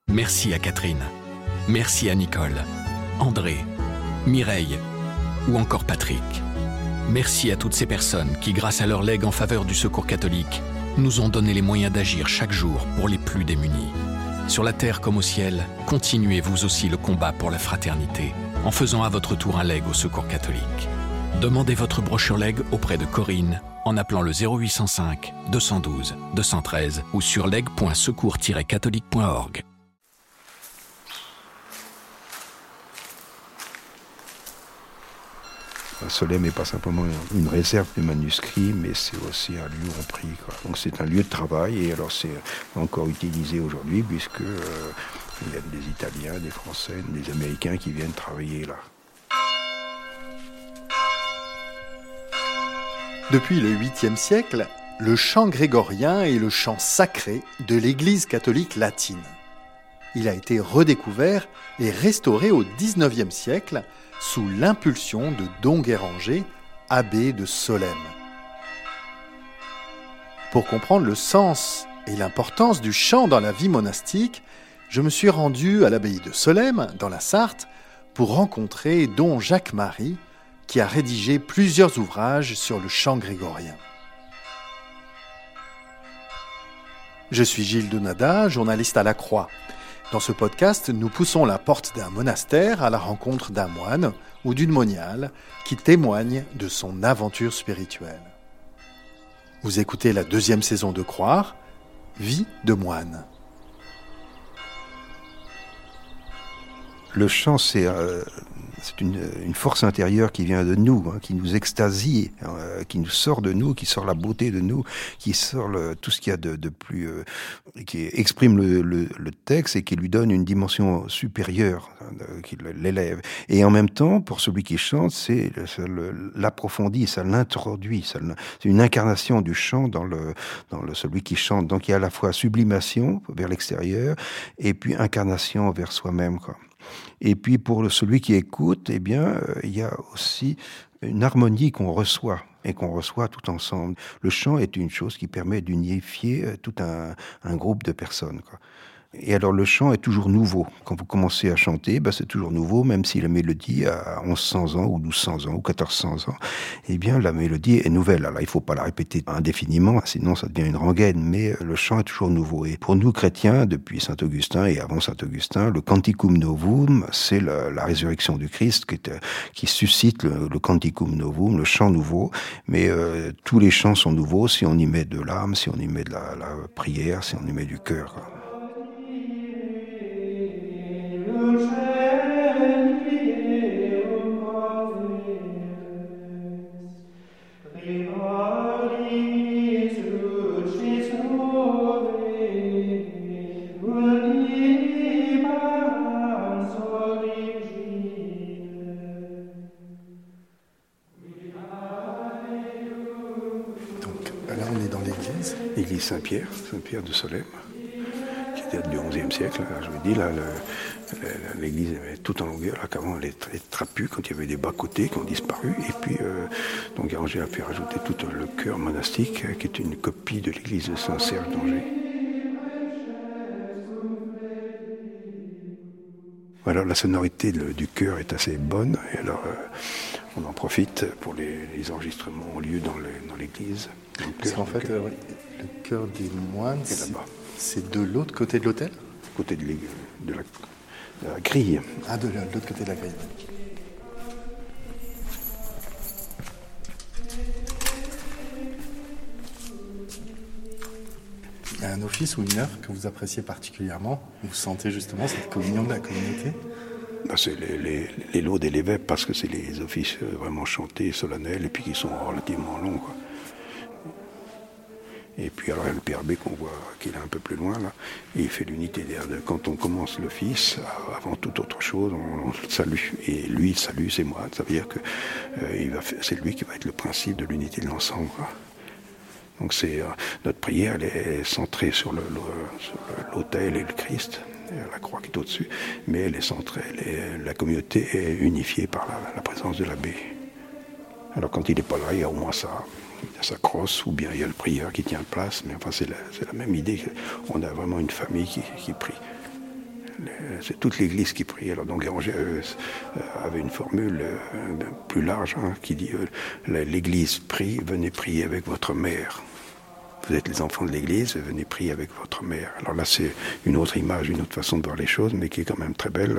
Merci à Catherine. Merci à Nicole, André, Mireille ou encore Patrick. Merci à toutes ces personnes qui, grâce à leur legs en faveur du Secours catholique, nous ont donné les moyens d'agir chaque jour pour les plus démunis. Sur la terre comme au ciel, continuez vous aussi le combat pour la fraternité en faisant à votre tour un leg au Secours catholique. Demandez votre brochure leg auprès de Corinne en appelant le 0805 212 213 ou sur leg.secours-catholique.org. Solesmes n'est pas simplement une réserve de manuscrits, mais c'est aussi un lieu où on prie, quoi. Donc c'est un lieu de travail, et alors c'est encore utilisé aujourd'hui, puisque il y a des Italiens, des Français, des Américains qui viennent travailler là. Depuis le 8e siècle, le chant grégorien est le chant sacré de l'Église catholique latine. Il a été redécouvert et restauré au 19e siècle sous l'impulsion de Don Guéranger, abbé de Solesmes. Pour comprendre le sens et l'importance du chant dans la vie monastique, je me suis rendu à l'abbaye de Solesmes, dans la Sarthe, pour rencontrer Don Jacques-Marie, qui a rédigé plusieurs ouvrages sur le chant grégorien. Je suis Gilles Donada, journaliste à La Croix. Dans ce podcast, nous poussons la porte d'un monastère à la rencontre d'un moine ou d'une moniale qui témoigne de son aventure spirituelle. Vous écoutez la 2e saison de Croire, Vie de moine. Le chant, c'est une force intérieure qui vient de nous, qui nous extasie, qui nous sort de nous, qui sort la beauté de nous, qui sort tout ce qu'il y a de plus, qui exprime le texte et qui lui donne une dimension supérieure, qui l'élève. Et en même temps, pour celui qui chante, ça l'approfondit, ça l'introduit, c'est une incarnation du chant dans celui qui chante. Donc il y a à la fois sublimation vers l'extérieur et puis incarnation vers soi-même, quoi. Et puis pour celui qui écoute, il y a aussi une harmonie qu'on reçoit tout ensemble. Le chant est une chose qui permet d'unifier tout un groupe de personnes, quoi. Et alors le chant est toujours nouveau. Quand vous commencez à chanter, c'est toujours nouveau, même si la mélodie a 1100 ans, ou 1200 ans, ou 1400 ans. La mélodie est nouvelle. Alors il ne faut pas la répéter indéfiniment, sinon ça devient une rengaine, mais le chant est toujours nouveau. Et pour nous chrétiens, depuis Saint-Augustin et avant Saint-Augustin, le Canticum Novum, c'est la résurrection du Christ qui suscite le Canticum Novum, le chant nouveau. Mais tous les chants sont nouveaux si on y met de l'âme, si on y met de la prière, si on y met du cœur, quoi. L'église Saint-Pierre de Solesmes, qui date du XIe siècle. Je vous dis, là, l'église est toute en longueur, là, qu'avant elle est très trapue, quand il y avait des bas-côtés qui ont disparu. Et puis, donc Guéranger a fait rajouter tout le chœur monastique, qui est une copie de l'église de Saint-Serge d'Angers. Alors la sonorité du chœur est assez bonne, et alors on en profite pour les enregistrements ont lieu dans l'église. Parce qu'en fait, le chœur des moines, c'est de l'autre côté de l'autel ? Côté de la grille. Ah, de l'autre côté de la grille. Il y a un office ou une œuvre que vous appréciez particulièrement, où vous sentez justement cette communion de la communauté ? C'est les laudes et les vêpres, parce que c'est les offices vraiment chantés, solennels, et puis qui sont relativement longs, quoi. Et puis alors il y a le Père B qu'on voit, qu'il est un peu plus loin là, et il fait l'unité d'air. Quand on commence l'office, avant toute autre chose, on le salue. Et lui, il salue, c'est moi. Ça veut dire que c'est lui qui va être le principe de l'unité de l'ensemble, quoi. Donc notre prière, elle est centrée sur l'autel et le Christ, la croix qui est au-dessus, mais elle est centrée, la communauté est unifiée par la présence de l'abbé. Alors quand il n'est pas là, il y a au moins ça. Il y a sa crosse, ou bien il y a le prieur qui tient place, mais enfin c'est la même idée. On a vraiment une famille qui prie. c'est toute l'Église qui prie. Alors donc Guéranger avait une formule plus large qui dit l'Église prie, venez prier avec votre mère. Vous êtes les enfants de l'Église, venez prier avec votre mère. Alors là, c'est une autre image, une autre façon de voir les choses, mais qui est quand même très belle.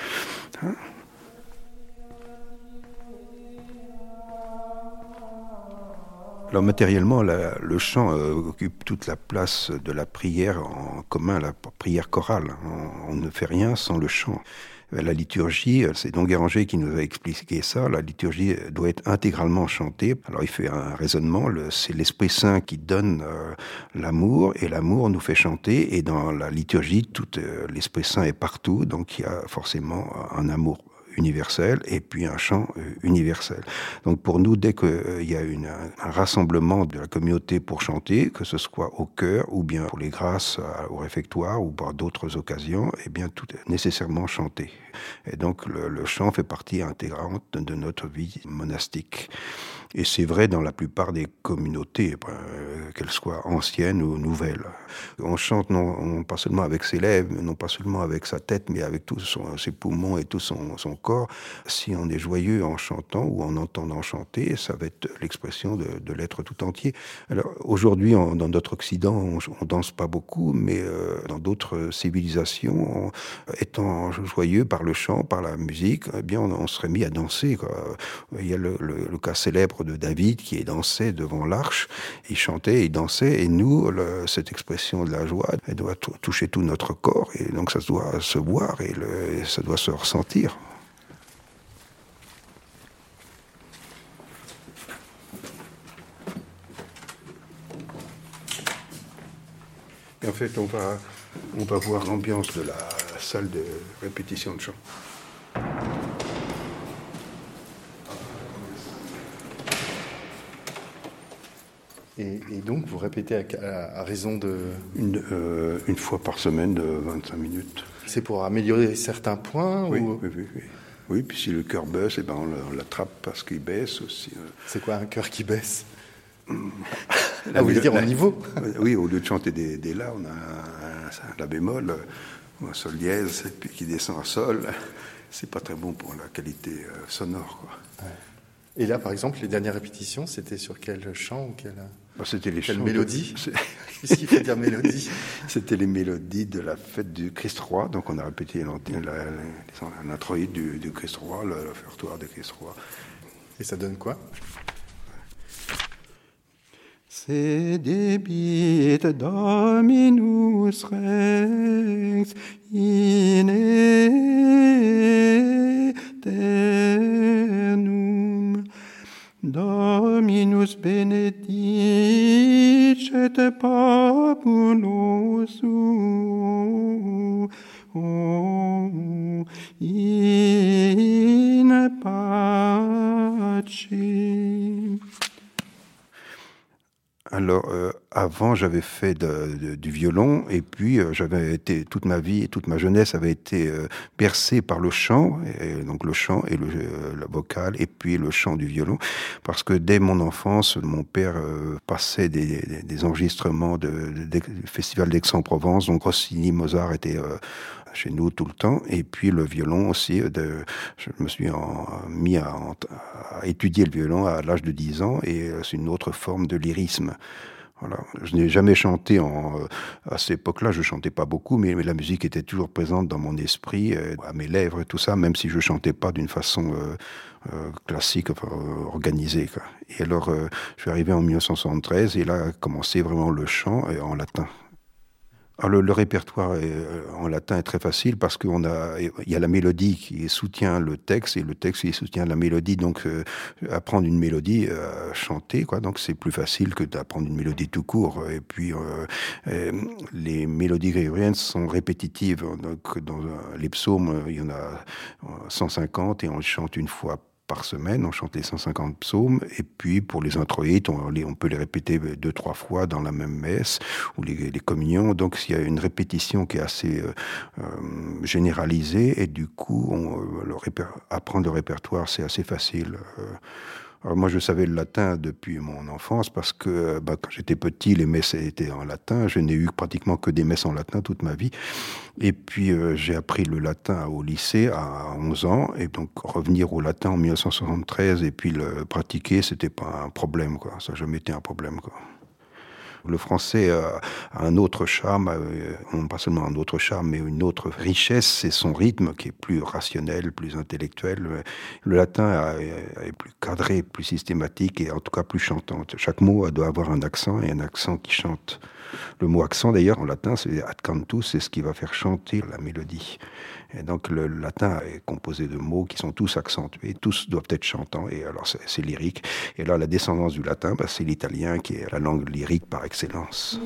Alors matériellement, le chant occupe toute la place de la prière en commun, la prière chorale. On ne fait rien sans le chant. La liturgie, c'est Don Guéranger qui nous a expliqué ça. La liturgie doit être intégralement chantée. Alors il fait un raisonnement, c'est l'Esprit Saint qui donne l'amour, et l'amour nous fait chanter. Et dans la liturgie, l'Esprit Saint est partout, donc il y a forcément un amour universel et puis un chant universel. Donc pour nous, dès qu'il y a un rassemblement de la communauté pour chanter, que ce soit au chœur ou bien pour les grâces au réfectoire ou par d'autres occasions, eh bien tout est nécessairement chanté. Et donc le chant fait partie intégrante de notre vie monastique. Et c'est vrai dans la plupart des communautés, qu'elles soient anciennes ou nouvelles. On chante non pas seulement avec ses lèvres, non pas seulement avec sa tête, mais avec tous ses poumons et tout son corps. Si on est joyeux en chantant ou en entendant chanter, ça va être l'expression de l'être tout entier. Alors aujourd'hui, dans notre Occident, on danse pas beaucoup, mais dans d'autres civilisations, étant joyeux par le chant, par la musique, eh bien on serait mis à danser, quoi. Il y a le cas célèbre de David qui dansait devant l'arche, il chantait, il dansait, et nous, cette expression de la joie, elle doit toucher tout notre corps, et donc ça doit se voir et ça doit se ressentir. Et en fait, on va voir l'ambiance de la salle de répétition de chant. Et donc, vous répétez à raison de... Une fois par semaine de 25 minutes. C'est pour améliorer certains points Oui, ou... oui. Oui, puis si le cœur baisse, on l'attrape parce qu'il baisse aussi. C'est quoi un cœur qui baisse? Vous voulez dire au niveau? Oui, au lieu de chanter des La, on a un La bémol, ou un Sol dièse, et puis qui descend à Sol. C'est pas très bon pour la qualité sonore, quoi. Ouais. Et là, par exemple, les dernières répétitions, c'était sur quel chant ou c'était les quelle chants mélodie? Qu'est-ce qu'il faut dire mélodie? C'était les mélodies de la fête du Christ-Roi. Donc on a répété l'introïde du Christ-Roi, l'offertoire du Christ-Roi. Et ça donne quoi? Se debit Dominus Rex in aeternum. Dominus benedicet populos suo in pace. Alors, avant, j'avais fait du violon, et puis j'avais été, toute ma vie et toute ma jeunesse avait été bercée par le chant, et donc le chant et le vocal, et puis le chant du violon, parce que dès mon enfance, mon père passait des enregistrements du Festival d'Aix-en-Provence, donc Rossini, Mozart étaient chez nous tout le temps, et puis le violon aussi. Je me suis mis à étudier le violon à l'âge de 10 ans, et c'est une autre forme de lyrisme. Voilà. Je n'ai jamais chanté à cette époque-là, je chantais pas beaucoup, mais la musique était toujours présente dans mon esprit, à mes lèvres et tout ça, même si je chantais pas d'une façon classique, organisée, quoi. Et alors, je suis arrivé en 1973, et là a commencé vraiment le chant en latin. Alors le répertoire en latin est très facile parce il y a la mélodie qui soutient le texte et le texte qui soutient la mélodie. Donc apprendre une mélodie, chanter, quoi. Donc c'est plus facile que d'apprendre une mélodie tout court. Et puis les mélodies grégoriennes sont répétitives. Donc dans les psaumes, il y en a 150 et on chante une fois par semaine, on chante les 150 psaumes, et puis pour les introïtes, on peut les répéter 2-3 fois dans la même messe, ou les communions. Donc il y a une répétition qui est assez généralisée, et du coup, apprendre le répertoire, c'est assez facile. Alors moi, je savais le latin depuis mon enfance parce que quand j'étais petit, les messes étaient en latin. Je n'ai eu pratiquement que des messes en latin toute ma vie. Et puis, j'ai appris le latin au lycée à 11 ans. Et donc, revenir au latin en 1973 et puis le pratiquer, c'était pas un problème, quoi. Ça n'a jamais été un problème, quoi. Le français a un autre charme, pas seulement un autre charme, mais une autre richesse, c'est son rythme qui est plus rationnel, plus intellectuel. Le latin est plus cadré, plus systématique et en tout cas plus chantant. Chaque mot doit avoir un accent et un accent qui chante. Le mot accent d'ailleurs en latin, c'est ad cantus, c'est ce qui va faire chanter la mélodie. Et donc le latin est composé de mots qui sont tous accentués, tous doivent être chantants, et alors c'est lyrique. Et là, la descendance du latin, c'est l'italien qui est la langue lyrique par excellence.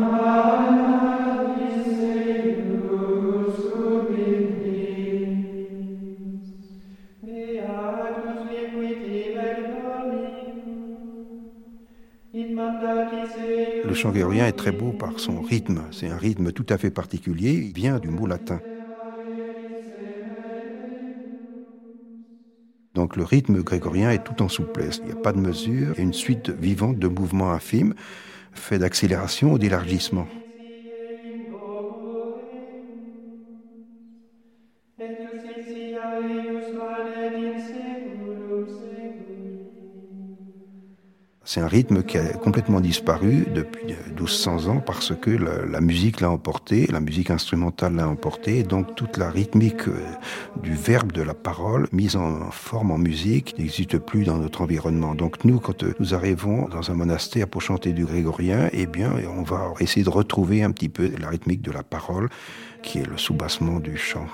Le chant grégorien est très beau par son rythme. C'est un rythme tout à fait particulier. Il vient du mot latin. Donc le rythme grégorien est tout en souplesse. Il n'y a pas de mesure. Il y a une suite vivante de mouvements infimes, fait d'accélération ou d'élargissement. C'est un rythme qui a complètement disparu depuis 1200 ans parce que la musique l'a emporté, la musique instrumentale l'a emporté, et donc toute la rythmique du verbe, de la parole, mise en forme en musique, n'existe plus dans notre environnement. Donc nous, quand nous arrivons dans un monastère pour chanter du grégorien, eh bien, on va essayer de retrouver un petit peu la rythmique de la parole, qui est le soubassement du chant.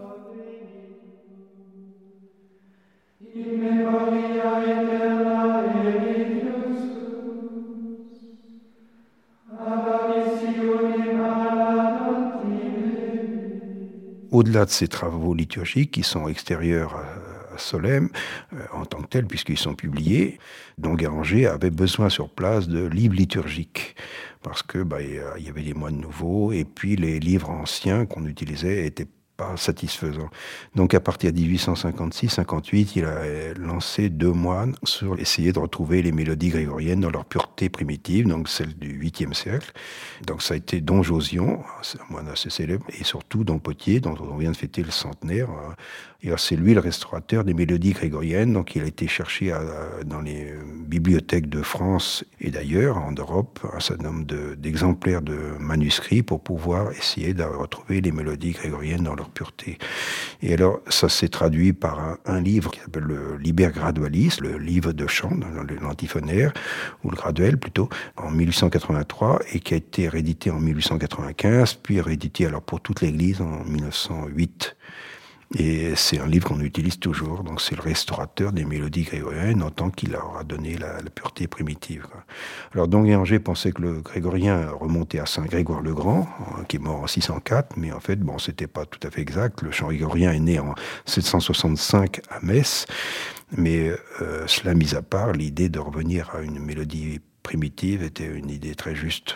Au-delà de ces travaux liturgiques qui sont extérieurs à Solesmes, en tant que tels, puisqu'ils sont publiés, Don Guéranger avait besoin sur place de livres liturgiques, parce que il y avait des moines nouveaux, et puis les livres anciens qu'on utilisait étaient pas satisfaisant. Donc à partir de 1856-58, il a lancé 2 moines sur essayer de retrouver les mélodies grégoriennes dans leur pureté primitive, donc celle du 8e siècle. Donc ça a été Don Josion, c'est un moine assez célèbre, et surtout Don Potier, dont on vient de fêter le centenaire. Et c'est lui le restaurateur des mélodies grégoriennes, donc il a été cherché dans les bibliothèques de France et d'ailleurs, en Europe, un certain nombre d'exemplaires de manuscrits pour pouvoir essayer de retrouver les mélodies grégoriennes dans leur pureté. Et alors, ça s'est traduit par un livre qui s'appelle le Liber Gradualis, le livre de chant, l'antiphonaire, ou le graduel plutôt, en 1883, et qui a été réédité en 1895, puis réédité alors pour toute l'Église en 1908. Et c'est un livre qu'on utilise toujours, donc c'est le restaurateur des mélodies grégoriennes en tant qu'il leur a donné la pureté primitive, quoi. Alors Don Guéranger pensait que le grégorien remontait à Saint Grégoire le Grand, qui est mort en 604, mais en fait, c'était pas tout à fait exact. Le chant grégorien est né en 765 à Metz, mais cela mis à part, l'idée de revenir à une mélodie primitive était une idée très juste.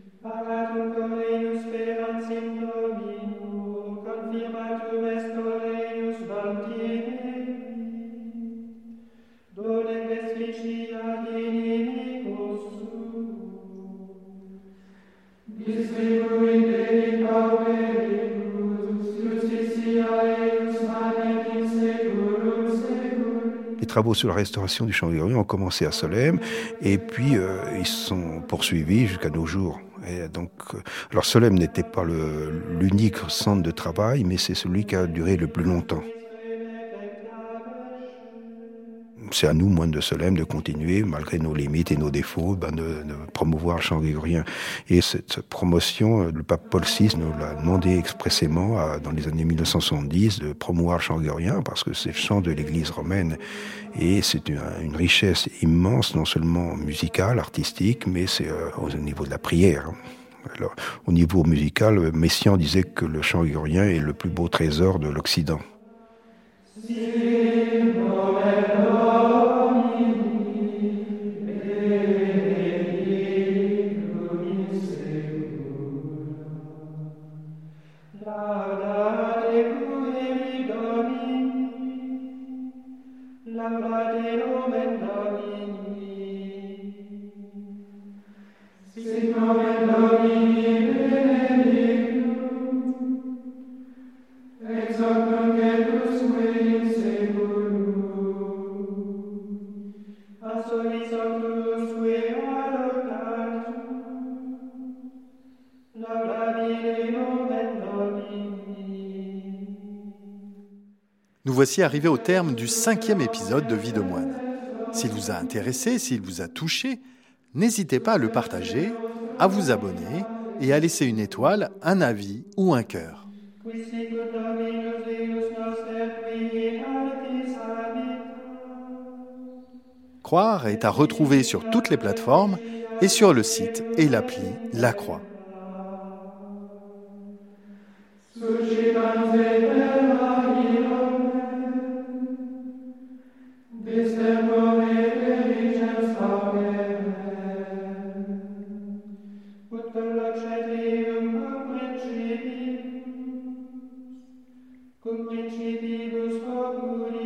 Les travaux sur la restauration du chant grégorien ont commencé à Solesmes et puis ils se sont poursuivis jusqu'à nos jours. Et donc, alors Solesmes n'était pas l'unique centre de travail, mais c'est celui qui a duré le plus longtemps. C'est à nous, moines de Solesmes, de continuer, malgré nos limites et nos défauts, de promouvoir le chant grégorien. Et cette promotion, le pape Paul VI nous l'a demandé expressément dans les années 1970 de promouvoir le chant grégorien, parce que c'est le chant de l'Église romaine. Et c'est une richesse immense, non seulement musicale, artistique, mais c'est au niveau de la prière. Alors, au niveau musical, Messiaen disait que le chant grégorien est le plus beau trésor de l'Occident. Nous voici arrivés au terme du 5e épisode de Vie de moine. S'il vous a intéressé, s'il vous a touché, n'hésitez pas à le partager, à vous abonner et à laisser une étoile, un avis ou un cœur. Croire est à retrouver sur toutes les plateformes et sur le site et l'appli La Croix. Cum principibus facuris